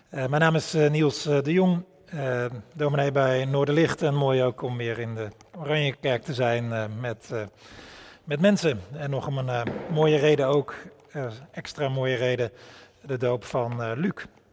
Mijn naam is Niels de Jong, dominee bij Noorderlicht en mooi ook om weer in de Oranjekerk te zijn met mensen. En nog om een mooie reden ook, extra mooie reden, de doop van Luc.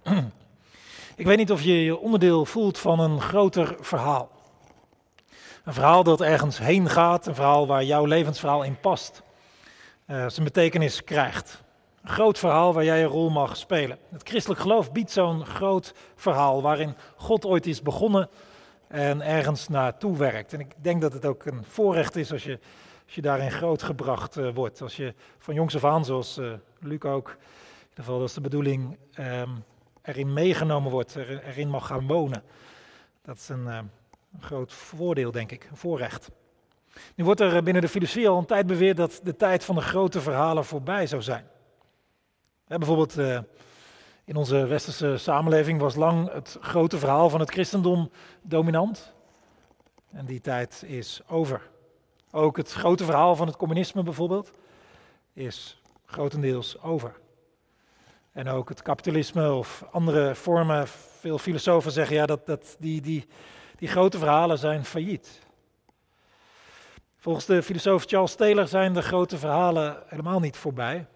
Ik weet niet of je je onderdeel voelt van een groter verhaal. Een verhaal dat ergens heen gaat, een verhaal waar jouw levensverhaal in past, zijn betekenis krijgt. Een groot verhaal waar jij een rol mag spelen. Het christelijk geloof biedt zo'n groot verhaal waarin God ooit is begonnen en ergens naartoe werkt. En ik denk dat het ook een voorrecht is als je daarin grootgebracht wordt. Als je van jongs af aan, zoals Luc ook, in ieder geval dat is de bedoeling, erin meegenomen wordt, erin mag gaan wonen. Dat is een groot voordeel, denk ik, een voorrecht. Nu wordt er binnen de filosofie al een tijd beweerd dat de tijd van de grote verhalen voorbij zou zijn. Bijvoorbeeld in onze westerse samenleving was lang het grote verhaal van het christendom dominant. En die tijd is over. Ook het grote verhaal van het communisme bijvoorbeeld is grotendeels over. En ook het kapitalisme of andere vormen, veel filosofen zeggen ja, dat die grote verhalen zijn failliet. Volgens de filosoof Charles Taylor zijn de grote verhalen helemaal niet voorbij.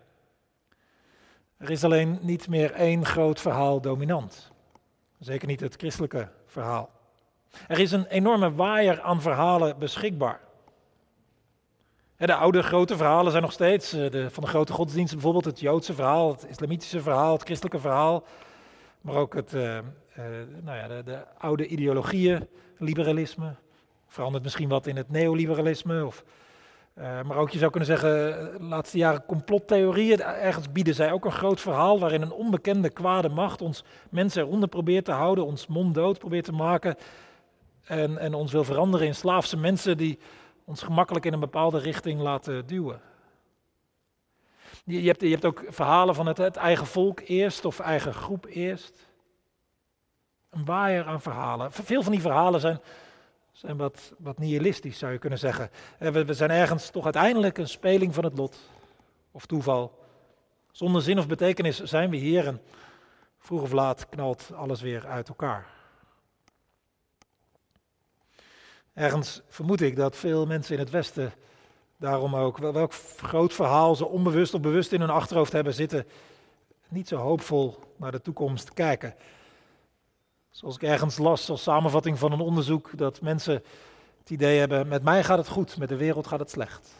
Er is alleen niet meer één groot verhaal dominant. Zeker niet het christelijke verhaal. Er is een enorme waaier aan verhalen beschikbaar. De oude grote verhalen zijn nog steeds, van de grote godsdiensten bijvoorbeeld, het Joodse verhaal, het islamitische verhaal, het christelijke verhaal. Maar ook de oude ideologieën, liberalisme. Verandert misschien wat in het neoliberalisme maar ook, je zou kunnen zeggen, de laatste jaren complottheorieën. Ergens bieden zij ook een groot verhaal waarin een onbekende kwade macht ons mensen eronder probeert te houden, ons monddood probeert te maken en ons wil veranderen in slaafse mensen die ons gemakkelijk in een bepaalde richting laten duwen. Je hebt ook verhalen van het eigen volk eerst of eigen groep eerst. Een waaier aan verhalen. Veel van die verhalen zijn wat nihilistisch, zou je kunnen zeggen. We zijn ergens toch uiteindelijk een speling van het lot of toeval. Zonder zin of betekenis zijn we hier en vroeg of laat knalt alles weer uit elkaar. Ergens vermoed ik dat veel mensen in het Westen daarom ook, welk groot verhaal ze onbewust of bewust in hun achterhoofd hebben zitten, niet zo hoopvol naar de toekomst kijken. Zoals ik ergens las als samenvatting van een onderzoek dat mensen het idee hebben, met mij gaat het goed, met de wereld gaat het slecht.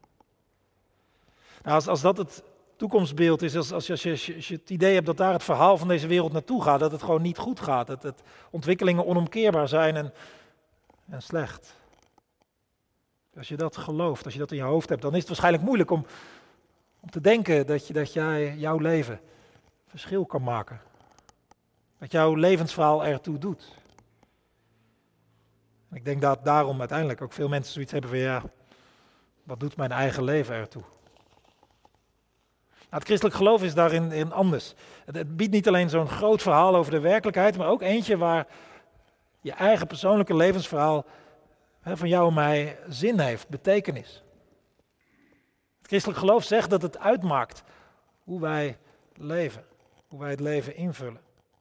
Nou, als dat het toekomstbeeld is, als je het idee hebt dat daar het verhaal van deze wereld naartoe gaat, dat het gewoon niet goed gaat, dat ontwikkelingen onomkeerbaar zijn en slecht. Als je dat gelooft, als je dat in je hoofd hebt, dan is het waarschijnlijk moeilijk om te denken dat jij jouw leven verschil kan maken. Dat jouw levensverhaal ertoe doet. En ik denk dat daarom uiteindelijk ook veel mensen zoiets hebben van ja, wat doet mijn eigen leven ertoe? Nou, het christelijk geloof is daarin anders. Het biedt niet alleen zo'n groot verhaal over de werkelijkheid, maar ook eentje waar je eigen persoonlijke levensverhaal van jou en mij zin heeft, betekenis. Het christelijk geloof zegt dat het uitmaakt hoe wij leven, hoe wij het leven invullen.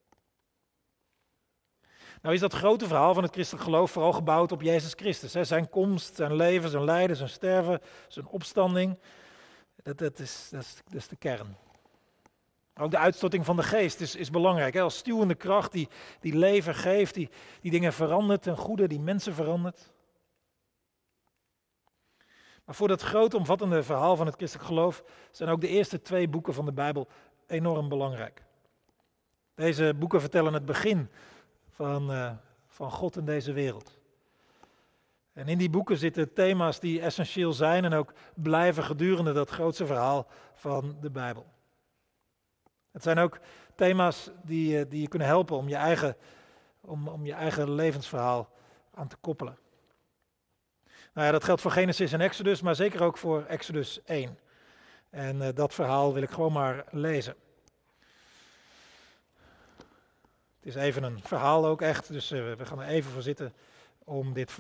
Nou is dat grote verhaal van het christelijk geloof vooral gebouwd op Jezus Christus. Zijn komst, zijn leven, zijn lijden, zijn sterven, zijn opstanding. Dat is de kern. Ook de uitstorting van de geest is belangrijk. Als stuwende kracht die leven geeft, die dingen verandert ten goede, die mensen verandert. Maar voor dat grote, omvattende verhaal van het christelijk geloof zijn ook de eerste 2 boeken van de Bijbel enorm belangrijk. Deze boeken vertellen het begin van God in deze wereld. En in die boeken zitten thema's die essentieel zijn en ook blijven gedurende dat grootste verhaal van de Bijbel. Het zijn ook thema's die je kunnen helpen om je eigen levensverhaal aan te koppelen. Nou ja, dat geldt voor Genesis en Exodus, maar zeker ook voor Exodus 1. En dat verhaal wil ik gewoon maar lezen. Het is even een verhaal ook echt, dus we gaan er even voor zitten om dit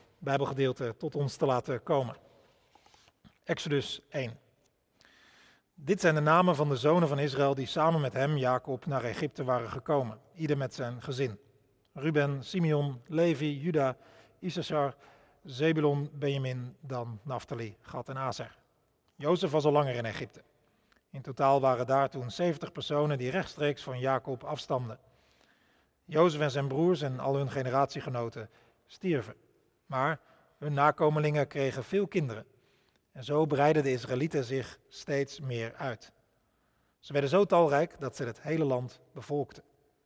Bijbelgedeelte tot ons te laten komen. Exodus 1. Dit zijn de namen van de zonen van Israël die samen met hem, Jacob, naar Egypte waren gekomen. Ieder met zijn gezin. Ruben, Simeon, Levi, Juda, Issachar, Zebulon, Benjamin, Dan, Naphtali, Gad en Aser. Jozef was al langer in Egypte. In totaal waren daar toen 70 personen die rechtstreeks van Jacob afstamden. Jozef en zijn broers en al hun generatiegenoten stierven. Maar hun nakomelingen kregen veel kinderen. En zo breidden de Israëlieten zich steeds meer uit. Ze werden zo talrijk dat ze het hele land bevolkten.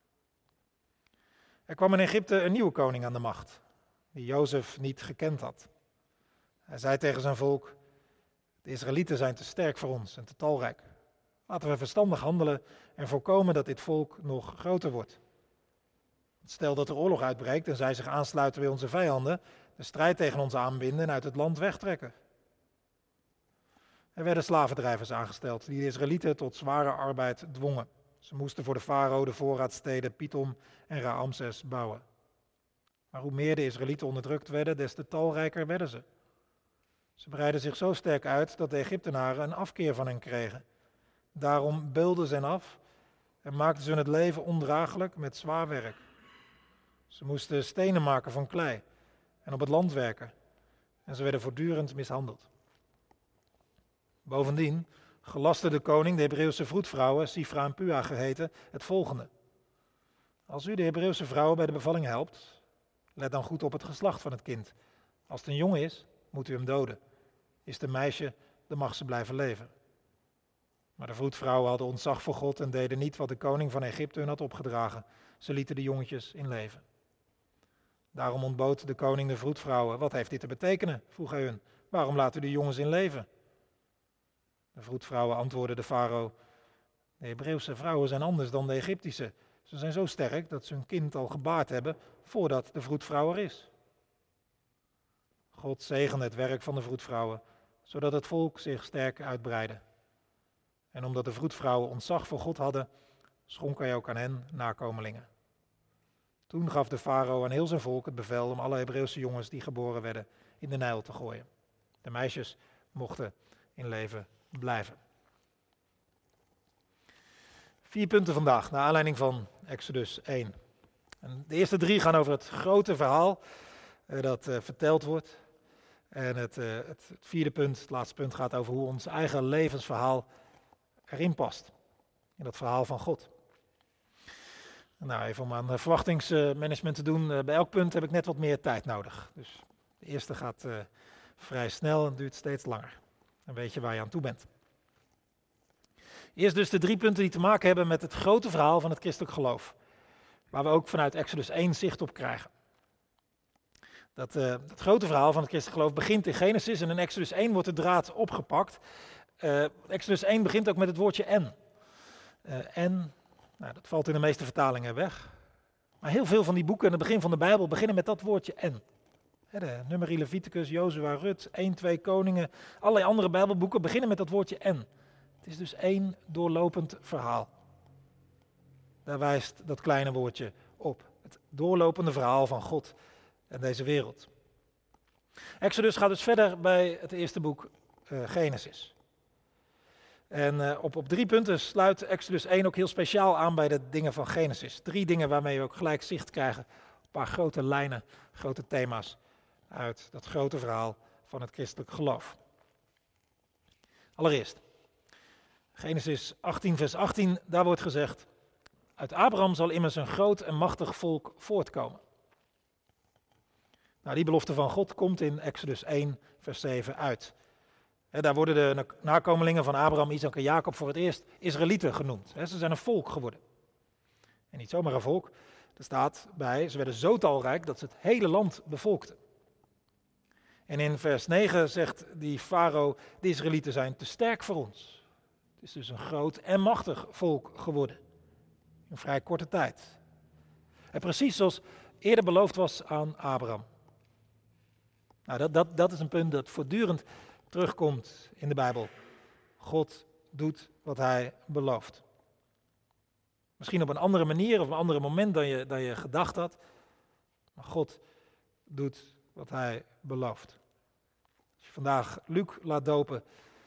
Er kwam in Egypte een nieuwe koning aan de macht, die Jozef niet gekend had. Hij zei tegen zijn volk: de Israëlieten zijn te sterk voor ons en te talrijk. Laten we verstandig handelen en voorkomen dat dit volk nog groter wordt. Stel dat er oorlog uitbreekt en zij zich aansluiten bij onze vijanden, de strijd tegen ons aanbinden en uit het land wegtrekken. Er werden slavendrijvers aangesteld die de Israëlieten tot zware arbeid dwongen. Ze moesten voor de farao de voorraadsteden Pithom en Raamses bouwen. Maar hoe meer de Israëlieten onderdrukt werden, des te talrijker werden ze. Ze breidden zich zo sterk uit dat de Egyptenaren een afkeer van hen kregen. Daarom beulden ze hen af en maakten ze hun het leven ondraaglijk met zwaar werk. Ze moesten stenen maken van klei en op het land werken. En ze werden voortdurend mishandeld. Bovendien gelastte de koning de Hebreeuwse vroedvrouwen, Sifra en Pua geheten, het volgende. Als u de Hebreeuwse vrouwen bij de bevalling helpt, let dan goed op het geslacht van het kind. Als het een jongen is, moet u hem doden. Is het een meisje, dan mag ze blijven leven. Maar de vroedvrouwen hadden ontzag voor God en deden niet wat de koning van Egypte hun had opgedragen. Ze lieten de jongetjes in leven. Daarom ontbood de koning de vroedvrouwen. Wat heeft dit te betekenen? Vroeg hij hun. Waarom laat u de jongens in leven? De vroedvrouwen antwoordden de farao: de Hebreeuwse vrouwen zijn anders dan de Egyptische. Ze zijn zo sterk dat ze hun kind al gebaard hebben voordat de vroedvrouw er is. God zegende het werk van de vroedvrouwen, zodat het volk zich sterk uitbreidde. En omdat de vroedvrouwen ontzag voor God hadden, schonk hij ook aan hen nakomelingen. Toen gaf de farao aan heel zijn volk het bevel om alle Hebreeuwse jongens die geboren werden in de Nijl te gooien. De meisjes mochten in leven blijven. 4 punten vandaag, naar aanleiding van Exodus 1. En de eerste 3 gaan over het grote verhaal dat verteld wordt. En het vierde punt, het laatste punt, gaat over hoe ons eigen levensverhaal erin past. In dat verhaal van God. Nou, even om aan verwachtingsmanagement te doen. Bij elk punt heb ik net wat meer tijd nodig. Dus de eerste gaat vrij snel en duurt steeds langer. Dan weet je waar je aan toe bent. Eerst dus de 3 punten die te maken hebben met het grote verhaal van het christelijk geloof. Waar we ook vanuit Exodus 1 zicht op krijgen. Dat grote verhaal van het christelijk geloof begint in Genesis en in Exodus 1 wordt de draad opgepakt. Exodus 1 begint ook met het woordje en. Nou, dat valt in de meeste vertalingen weg. Maar heel veel van die boeken in het begin van de Bijbel beginnen met dat woordje en. De Numeri, Leviticus, Jozua, Rut, 1, 2 Koningen, allerlei andere Bijbelboeken beginnen met dat woordje en. Het is dus één doorlopend verhaal. Daar wijst dat kleine woordje op. Het doorlopende verhaal van God en deze wereld. Exodus gaat dus verder bij het eerste boek Genesis. En op 3 punten sluit Exodus 1 ook heel speciaal aan bij de dingen van Genesis. 3 dingen waarmee we ook gelijk zicht krijgen op een paar grote lijnen, grote thema's uit dat grote verhaal van het christelijk geloof. Allereerst, Genesis 18 vers 18, daar wordt gezegd: uit Abraham zal immers een groot en machtig volk voortkomen. Nou, die belofte van God komt in Exodus 1 vers 7 uit. Daar worden de nakomelingen van Abraham, Isaac en Jacob voor het eerst Israëlieten genoemd. Ze zijn een volk geworden. En niet zomaar een volk, er staat bij, ze werden zo talrijk dat ze het hele land bevolkten. En in vers 9 zegt die farao, de Israëlieten zijn te sterk voor ons. Het is dus een groot en machtig volk geworden. In vrij korte tijd. En precies zoals eerder beloofd was aan Abraham. Nou, dat is een punt dat voortdurend terugkomt in de Bijbel. God doet wat hij belooft. Misschien op een andere manier of een ander moment dan je gedacht had. Maar God doet wat hij belooft. Als je vandaag Luc laat dopen,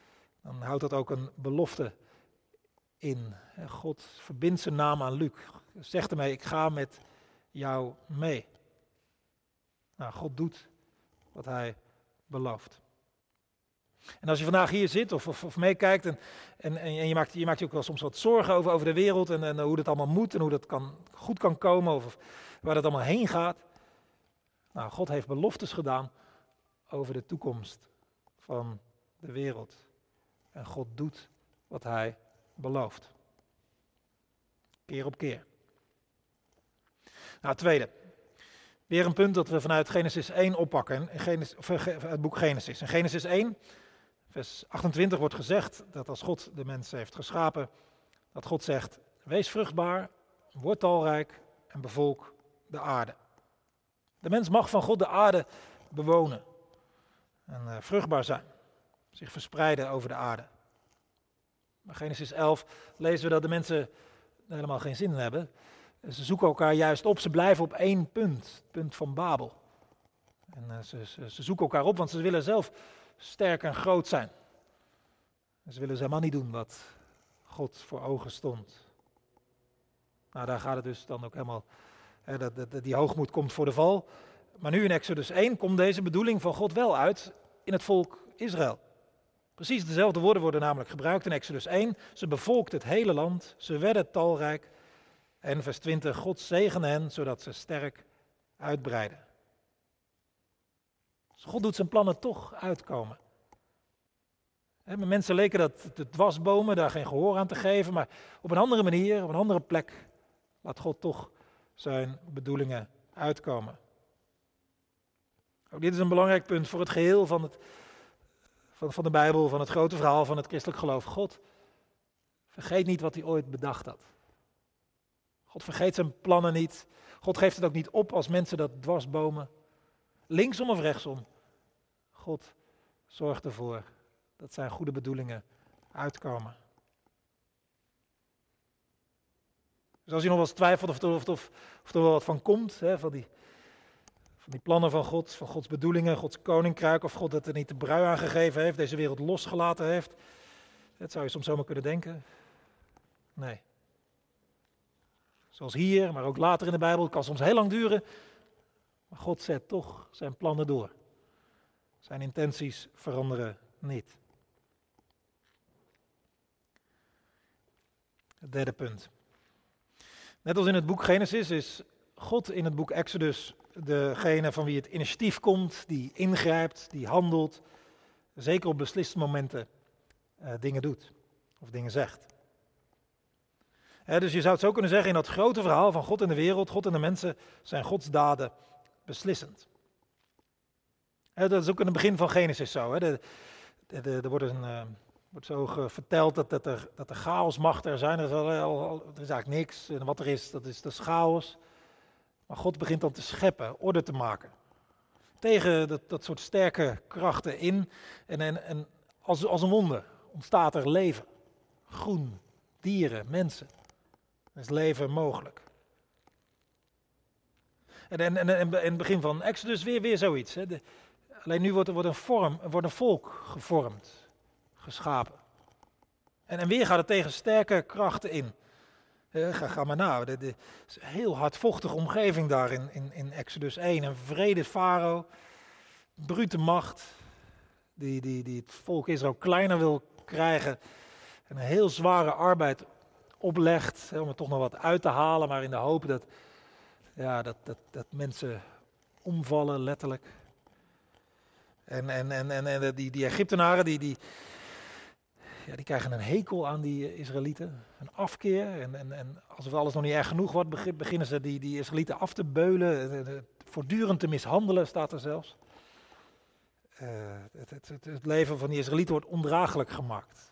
dan houdt dat ook een belofte in. God verbindt zijn naam aan Luc. Zegt ermee, ik ga met jou mee. Nou, God doet wat hij belooft. En als je vandaag hier zit of meekijkt en je maakt je ook wel soms wat zorgen over de wereld en hoe dat allemaal moet en hoe dat goed kan komen of waar dat allemaal heen gaat. Nou, God heeft beloftes gedaan over de toekomst van de wereld. En God doet wat hij belooft. Keer op keer. Nou, tweede. Weer een punt dat we vanuit Genesis 1 oppakken. Het boek Genesis. In Genesis 1, vers 28 wordt gezegd dat als God de mens heeft geschapen, dat God zegt, wees vruchtbaar, word talrijk en bevolk de aarde. De mens mag van God de aarde bewonen en vruchtbaar zijn, zich verspreiden over de aarde. Maar Genesis 11 lezen we dat de mensen helemaal geen zin in hebben. Ze zoeken elkaar juist op, ze blijven op één punt, het punt van Babel. En ze zoeken elkaar op, want ze willen zelf sterk en groot zijn. En ze willen helemaal niet doen wat God voor ogen stond. Nou, daar gaat het dus dan ook helemaal, die hoogmoed komt voor de val. Maar nu in Exodus 1 komt deze bedoeling van God wel uit in het volk Israël. Precies dezelfde woorden worden namelijk gebruikt in Exodus 1. Ze bevolkten het hele land, ze werden talrijk. En vers 20, God zegene hen, zodat ze sterk uitbreiden. Dus God doet zijn plannen toch uitkomen. Mensen leken dat de dwarsbomen, daar geen gehoor aan te geven, maar op een andere manier, op een andere plek, laat God toch zijn bedoelingen uitkomen. Ook dit is een belangrijk punt voor het geheel van de Bijbel, van het grote verhaal van het christelijk geloof. God vergeet niet wat hij ooit bedacht had. God vergeet zijn plannen niet. God geeft het ook niet op als mensen dat dwarsbomen. Linksom of rechtsom. God zorgt ervoor dat zijn goede bedoelingen uitkomen. Dus als je nog wel eens twijfelt of er wel wat van komt, van die plannen van God, van Gods bedoelingen, Gods koninkrijk, of God het er niet de brui aan gegeven heeft, deze wereld losgelaten heeft. Dat zou je soms zomaar kunnen denken. Nee. Zoals hier, maar ook later in de Bijbel, het kan soms heel lang duren. Maar God zet toch zijn plannen door. Zijn intenties veranderen niet. Het derde punt. Net als in het boek Genesis is God in het boek Exodus degene van wie het initiatief komt, die ingrijpt, die handelt, zeker op besliste momenten dingen doet of dingen zegt. Dus je zou het zo kunnen zeggen, in dat grote verhaal van God en de wereld, God en de mensen, zijn Gods daden beslissend. Dat is ook in het begin van Genesis zo. Er wordt zo verteld dat er chaosmachten zijn. Er is eigenlijk niks. En wat er is, dat is chaos. Maar God begint dan te scheppen, orde te maken. Tegen dat soort sterke krachten in. En als een wonder ontstaat er leven. Groen, dieren, mensen. Er is leven mogelijk. En in het begin van Exodus weer zoiets. Alleen nu wordt een volk gevormd, geschapen. En weer gaat het tegen sterke krachten in. Ga maar na. Het is een heel hardvochtige omgeving daar in Exodus 1. Een vrede farao, brute macht, die het volk Israël kleiner wil krijgen. En een heel zware arbeid oplegt, om er toch nog wat uit te halen, maar in de hoop dat mensen omvallen, letterlijk. En die Egyptenaren, die krijgen een hekel aan die Israëlieten, een afkeer. En alsof alles nog niet erg genoeg wordt, beginnen ze die Israëlieten af te beulen, voortdurend te mishandelen, staat er zelfs. Het leven van die Israëlieten wordt ondraaglijk gemaakt.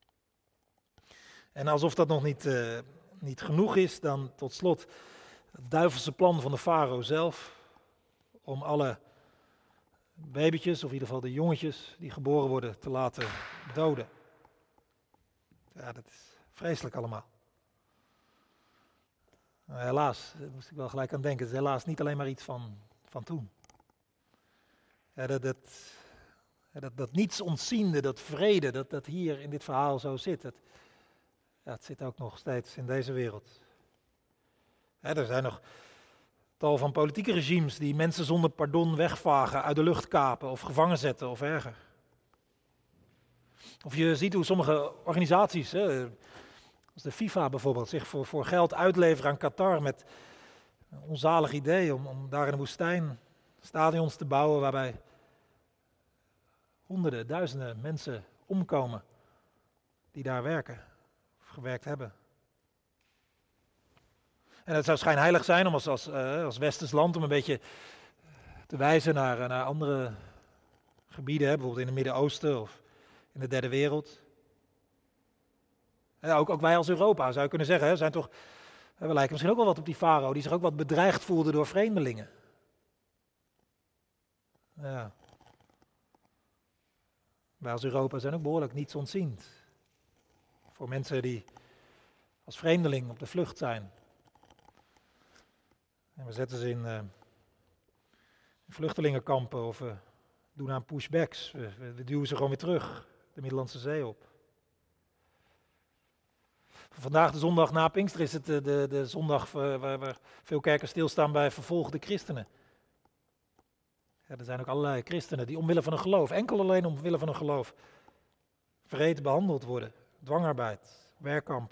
En alsof dat nog niet genoeg is, dan tot slot het duivelse plan van de farao zelf, om alle babytjes, of in ieder geval de jongetjes die geboren worden, te laten doden. Ja, dat is vreselijk allemaal. Helaas, daar moest ik wel gelijk aan denken, het is helaas niet alleen maar iets van toen. Ja, Dat niets ontziende, dat vrede, dat hier in dit verhaal zo zit. Het zit ook nog steeds in deze wereld. Er zijn nog tal van politieke regimes die mensen zonder pardon wegvagen, uit de lucht kapen of gevangen zetten of erger. Of je ziet hoe sommige organisaties, als de FIFA bijvoorbeeld, zich voor geld uitleveren aan Qatar met een onzalig idee om daar in de woestijn stadions te bouwen waarbij honderden, duizenden mensen omkomen die daar werken of gewerkt hebben. En het zou schijnheilig zijn om als westers land om een beetje te wijzen naar andere gebieden, bijvoorbeeld in het Midden-Oosten of in de derde wereld. Ja, ook wij als Europa zou je kunnen zeggen, we lijken misschien ook wel wat op die farao die zich ook wat bedreigd voelde door vreemdelingen. Ja. Wij als Europa zijn ook behoorlijk nietsontziend voor mensen die als vreemdeling op de vlucht zijn. En we zetten ze in vluchtelingenkampen of we doen aan pushbacks. We duwen ze gewoon weer terug de Middellandse Zee op. Vandaag, de zondag na Pinkster, is het de zondag waar veel kerken stilstaan bij vervolgde christenen. Ja, er zijn ook allerlei christenen die omwille van hun geloof, enkel alleen omwille van hun geloof, wreed behandeld worden. Dwangarbeid, werkkampen.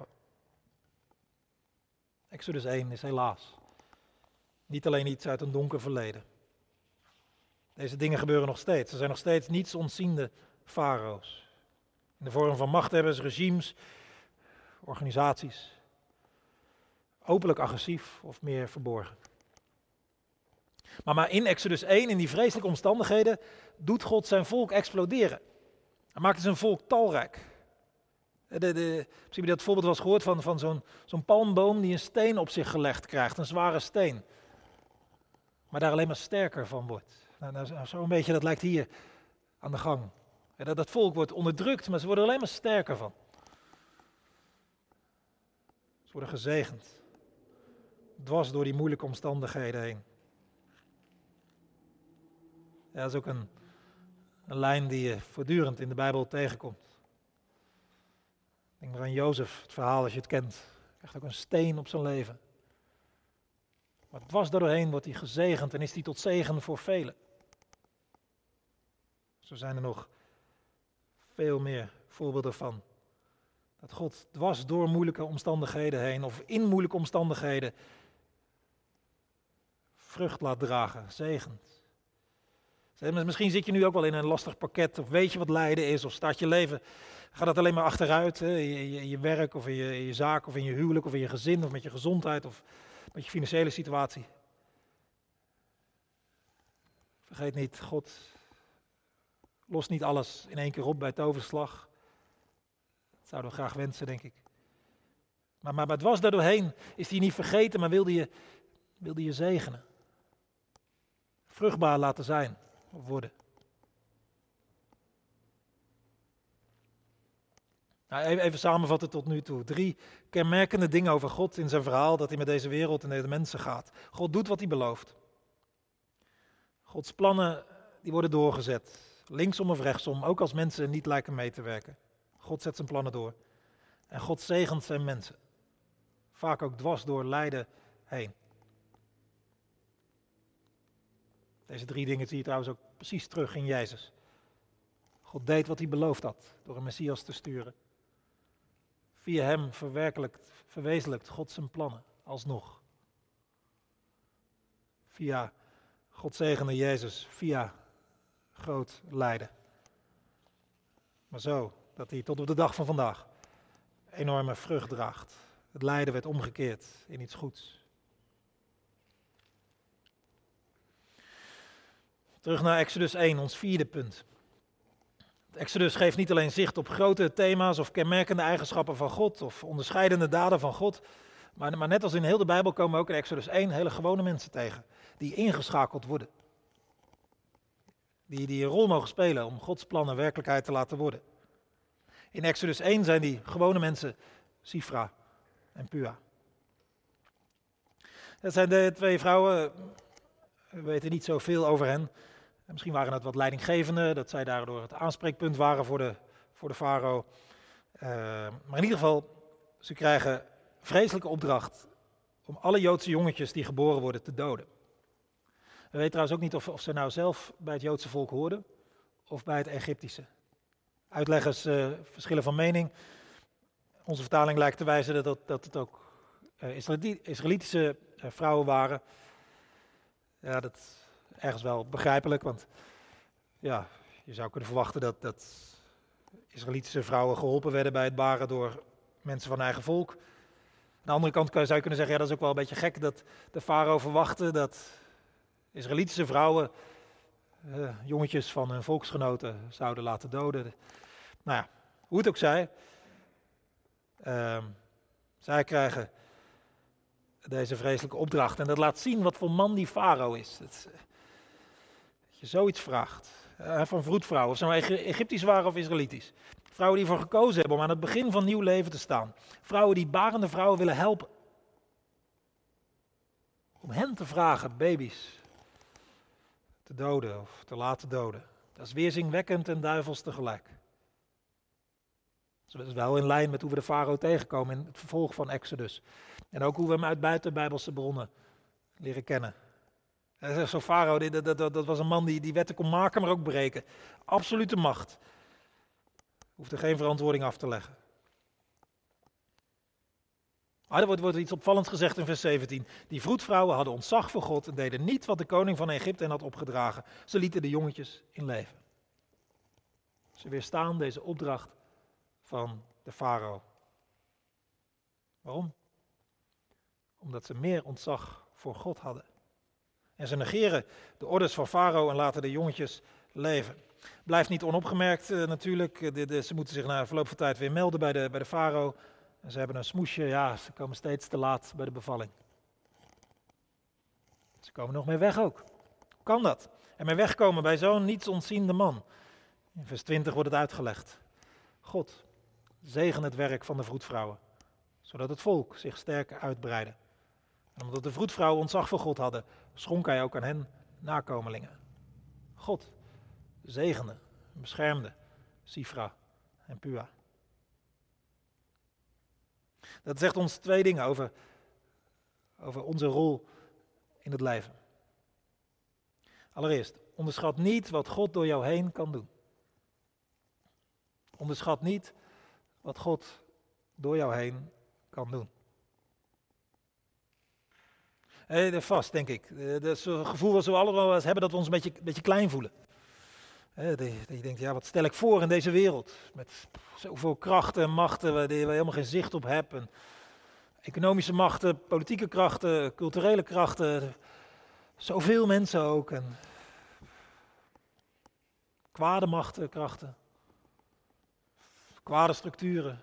Exodus 1 is helaas niet alleen iets uit een donker verleden. Deze dingen gebeuren nog steeds. Er zijn nog steeds niets ontziende farao's. In de vorm van machthebbers, regimes, organisaties. Openlijk agressief of meer verborgen. Maar in Exodus 1, in die vreselijke omstandigheden, doet God zijn volk exploderen. Hij maakt zijn volk talrijk. Misschien heb je dat voorbeeld wel eens gehoord van zo'n palmboom die een steen op zich gelegd krijgt, een zware steen. Maar daar alleen maar sterker van wordt. Zo'n beetje, dat lijkt hier aan de gang. Dat volk wordt onderdrukt, maar ze worden er alleen maar sterker van. Ze worden gezegend. Dwars door die moeilijke omstandigheden heen. Ja, dat is ook een lijn die je voortdurend in de Bijbel tegenkomt. Denk maar aan Jozef, het verhaal als je het kent. Hij krijgt ook een steen op zijn leven. Maar dwars doorheen wordt hij gezegend en is hij tot zegen voor velen. Zo zijn er nog veel meer voorbeelden van. Dat God dwars door moeilijke omstandigheden heen of in moeilijke omstandigheden vrucht laat dragen, zegent. Misschien zit je nu ook wel in een lastig pakket of weet je wat lijden is of staat je leven, gaat het alleen maar achteruit. In je werk of in je zaak of in je huwelijk of in je gezin of met je gezondheid of met je financiële situatie. Vergeet niet, God lost niet alles in één keer op bij toverslag. Dat zouden we graag wensen, denk ik. Maar dwars daardoorheen is hij niet vergeten, maar wilde je zegenen. Vruchtbaar laten zijn of worden. Nou, even samenvatten tot nu toe. 3 kenmerkende dingen over God in zijn verhaal dat hij met deze wereld en deze mensen gaat. God doet wat hij belooft. Gods plannen die worden doorgezet. Linksom of rechtsom, ook als mensen niet lijken mee te werken. God zet zijn plannen door. En God zegent zijn mensen. Vaak ook dwars door lijden heen. Deze 3 dingen zie je trouwens ook precies terug in Jezus. God deed wat hij beloofd had door een Messias te sturen. Via hem verwezenlijkt God zijn plannen, alsnog. Via God zegende Jezus, via groot lijden. Maar zo, dat hij tot op de dag van vandaag enorme vrucht draagt. Het lijden werd omgekeerd in iets goeds. Terug naar Exodus 1, ons 4e punt. Exodus geeft niet alleen zicht op grote thema's of kenmerkende eigenschappen van God of onderscheidende daden van God, maar net als in heel de Bijbel komen we ook in Exodus 1 hele gewone mensen tegen, die ingeschakeld worden. Die een rol mogen spelen om Gods plannen werkelijkheid te laten worden. In Exodus 1 zijn die gewone mensen Sifra en Pua. Dat zijn de 2 vrouwen, we weten niet zoveel over hen. Misschien waren het wat leidinggevenden, dat zij daardoor het aanspreekpunt waren voor de farao. Maar in ieder geval, ze krijgen vreselijke opdracht om alle Joodse jongetjes die geboren worden te doden. We weten trouwens ook niet of ze nou zelf bij het Joodse volk hoorden of bij het Egyptische. Uitleggers verschillen van mening. Onze vertaling lijkt te wijzen dat het ook Israëlitische vrouwen waren. Ja, dat is ergens wel begrijpelijk, want ja, je zou kunnen verwachten dat Israëlitische vrouwen geholpen werden bij het baren door mensen van eigen volk. Aan de andere kant zou je kunnen zeggen, ja, dat is ook wel een beetje gek dat de farao verwachtte dat Israëlitische vrouwen jongetjes van hun volksgenoten zouden laten doden. Nou ja, hoe het ook zij, zij krijgen deze vreselijke opdracht. En dat laat zien wat voor man die farao is. Dat je zoiets vraagt. Van vroedvrouwen, of ze nou Egyptisch waren of Israëlitisch. Vrouwen die ervoor gekozen hebben om aan het begin van nieuw leven te staan. Vrouwen die barende vrouwen willen helpen. Om hen te vragen baby's te doden of te laten doden. Dat is weerzinwekkend en duivels tegelijk. Dat is wel in lijn met hoe we de farao tegenkomen in het vervolg van Exodus. En ook hoe we hem uit buitenbijbelse bronnen leren kennen. Zo'n farao, dat was een man die wetten kon maken, maar ook breken. Absolute macht. Hoefde geen verantwoording af te leggen. Er wordt iets opvallends gezegd in vers 17. Die vroedvrouwen hadden ontzag voor God en deden niet wat de koning van Egypte hen had opgedragen. Ze lieten de jongetjes in leven. Ze weerstaan deze opdracht van de farao. Waarom? Omdat ze meer ontzag voor God hadden. En ze negeren de orders van farao en laten de jongetjes leven. Blijft niet onopgemerkt natuurlijk. Ze moeten zich na verloop van tijd weer melden bij de farao. En ze hebben een smoesje, ja, ze komen steeds te laat bij de bevalling. Ze komen nog mee weg ook. Hoe kan dat? En mee wegkomen bij zo'n niets ontziende man. In vers 20 wordt het uitgelegd. God, zegen het werk van de vroedvrouwen, zodat het volk zich sterker uitbreidde. En omdat de vroedvrouwen ontzag voor God hadden, schonk hij ook aan hen nakomelingen. God zegende, beschermde Sifra en Pua. Dat zegt ons twee dingen over onze rol in het leven. Allereerst, onderschat niet wat God door jou heen kan doen. Onderschat niet wat God door jou heen kan doen. Vast, denk ik. Dat is een gevoel wat we allemaal eens hebben dat we ons een beetje klein voelen. Dat je denkt, ja, wat stel ik voor in deze wereld? Met zoveel krachten en machten waar je helemaal geen zicht op hebt. En economische machten, politieke krachten, culturele krachten. Zoveel mensen ook. En kwade machten, krachten. Kwade structuren.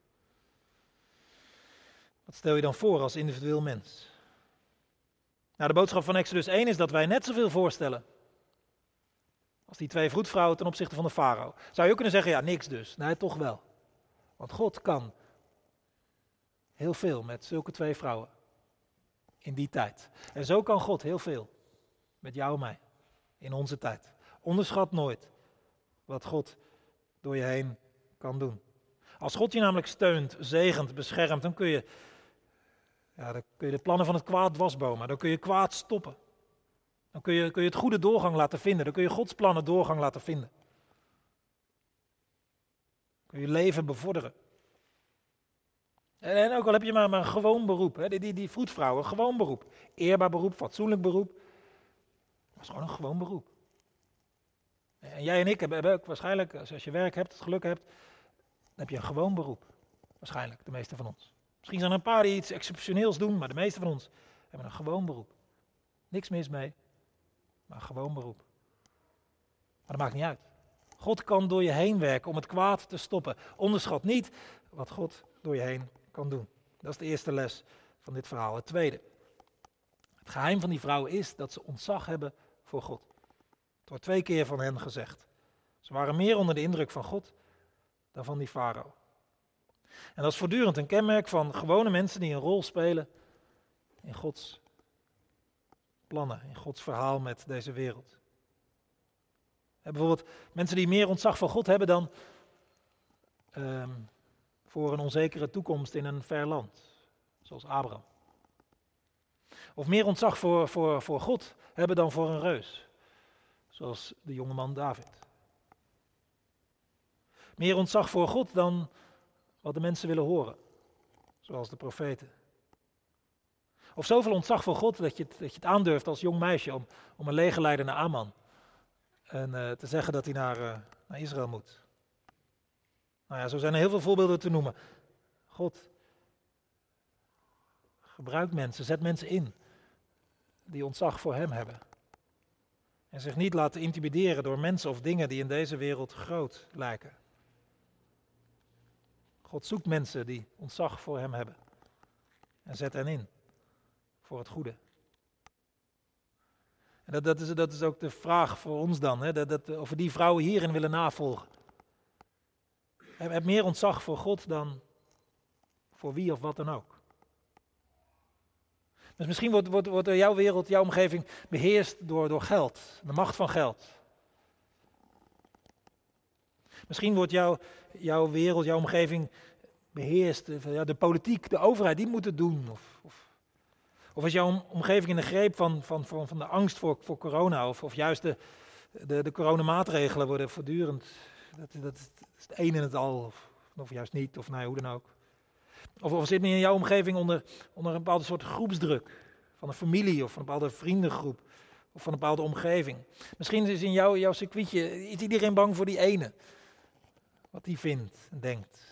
Wat stel je dan voor als individueel mens? Nou, de boodschap van Exodus 1 is dat wij net zoveel voorstellen als die twee vroedvrouwen ten opzichte van de farao. Zou je ook kunnen zeggen, ja, niks dus. Nee, toch wel. Want God kan heel veel met zulke twee vrouwen in die tijd. En zo kan God heel veel met jou en mij in onze tijd. Onderschat nooit wat God door je heen kan doen. Als God je namelijk steunt, zegent, beschermt, dan kun je de plannen van het kwaad dwarsbomen. Dan kun je kwaad stoppen. Dan kun je het goede doorgang laten vinden. Dan kun je Gods plannen doorgang laten vinden. Dan kun je leven bevorderen. En ook al heb je maar een gewoon beroep. Hè, die vroedvrouwen, gewoon beroep. Eerbaar beroep, fatsoenlijk beroep. Dat is gewoon een gewoon beroep. En jij en ik hebben ook waarschijnlijk, als je werk hebt, het geluk hebt, dan heb je een gewoon beroep. Waarschijnlijk, de meeste van ons. Misschien zijn er een paar die iets exceptioneels doen, maar de meeste van ons hebben een gewoon beroep. Niks mis mee, maar een gewoon beroep. Maar dat maakt niet uit. God kan door je heen werken om het kwaad te stoppen. Onderschat niet wat God door je heen kan doen. Dat is de eerste les van dit verhaal. Het tweede. Het geheim van die vrouwen is dat ze ontzag hebben voor God. Het wordt 2 keer van hen gezegd. Ze waren meer onder de indruk van God dan van die farao. En dat is voortdurend een kenmerk van gewone mensen die een rol spelen in Gods plannen, in Gods verhaal met deze wereld. Bijvoorbeeld mensen die meer ontzag voor God hebben dan voor een onzekere toekomst in een ver land, zoals Abraham. Of meer ontzag voor God hebben dan voor een reus, zoals de jongeman David. Meer ontzag voor God dan wat de mensen willen horen, zoals de profeten. Of zoveel ontzag voor God dat je het aandurft als jong meisje om een legerleider naar Aman en te zeggen dat hij naar Israël moet. Nou ja, zo zijn er heel veel voorbeelden te noemen. God gebruikt mensen, zet mensen in die ontzag voor hem hebben. En zich niet laten intimideren door mensen of dingen die in deze wereld groot lijken. God zoekt mensen die ontzag voor hem hebben. En zet hen in voor het goede. En dat is ook de vraag voor ons dan. Hè? Of we die vrouwen hierin willen navolgen. Heb meer ontzag voor God dan voor wie of wat dan ook. Dus misschien wordt jouw wereld, jouw omgeving beheerst door geld. De macht van geld. Misschien wordt jouw wereld, jouw omgeving beheerst. De politiek, de overheid, die moet het doen. Of is jouw omgeving in de greep van de angst voor corona? Of juist de coronamaatregelen worden voortdurend. Dat is het een in het al. Of juist niet, of hoe dan ook. Of zit men in jouw omgeving onder een bepaalde soort groepsdruk. Van een familie of van een bepaalde vriendengroep. Of van een bepaalde omgeving. Misschien is in jouw circuitje, is iedereen bang voor die ene. Wat die vindt en denkt.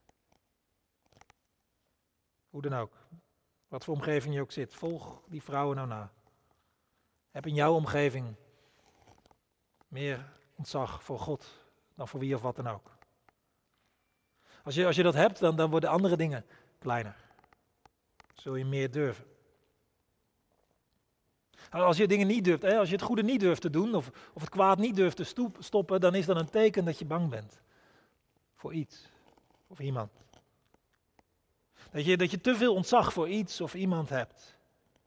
Hoe dan ook. Wat voor omgeving je ook zit. Volg die vrouwen nou na. Heb in jouw omgeving meer ontzag voor God dan voor wie of wat dan ook. Als je dat hebt, dan worden andere dingen kleiner. Zul je meer durven. Als je dingen niet durft, als je het goede niet durft te doen, of het kwaad niet durft te stoppen, dan is dat een teken dat je bang bent. Voor iets of iemand. Dat je te veel ontzag voor iets of iemand hebt.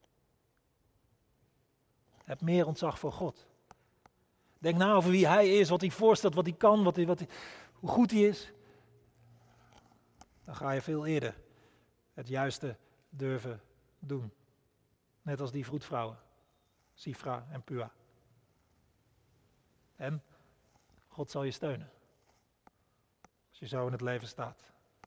Heb meer ontzag voor God. Denk na over wie hij is, wat hij voorstelt, wat hij kan, hoe goed hij is. Dan ga je veel eerder het juiste durven doen. Net als die vroedvrouwen, Sifra en Pua. En God zal je steunen. Als je zo in het leven staat.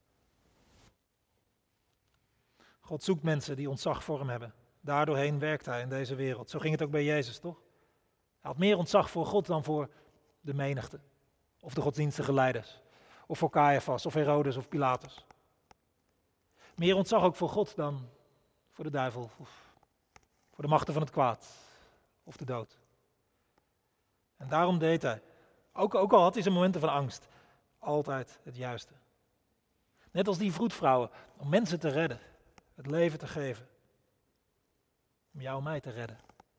God zoekt mensen die ontzag voor hem hebben. Daardoorheen werkt hij in deze wereld. Zo ging het ook bij Jezus, toch? Hij had meer ontzag voor God dan voor de menigte. Of de godsdienstige leiders. Of voor Caiaphas, of Herodes, of Pilatus. Meer ontzag ook voor God dan voor de duivel. Of voor de machten van het kwaad. Of de dood. En daarom deed hij, ook al had hij zijn momenten van angst, altijd het juiste. Net als die vroedvrouwen, om mensen te redden. Het leven te geven. Om jou en mij te redden.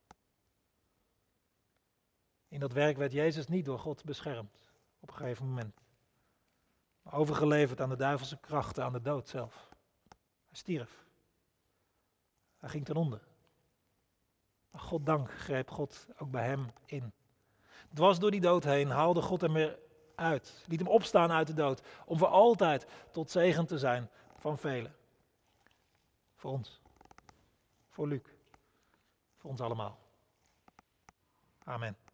In dat werk werd Jezus niet door God beschermd. Op een gegeven moment. Maar overgeleverd aan de duivelse krachten, aan de dood zelf. Hij stierf. Hij ging ten onder. Maar goddank greep God ook bij hem in. Dwars door die dood heen haalde God hem weer uit. Liet hem opstaan uit de dood. Om voor altijd tot zegen te zijn van velen. Voor ons. Voor Luc. Voor ons allemaal. Amen.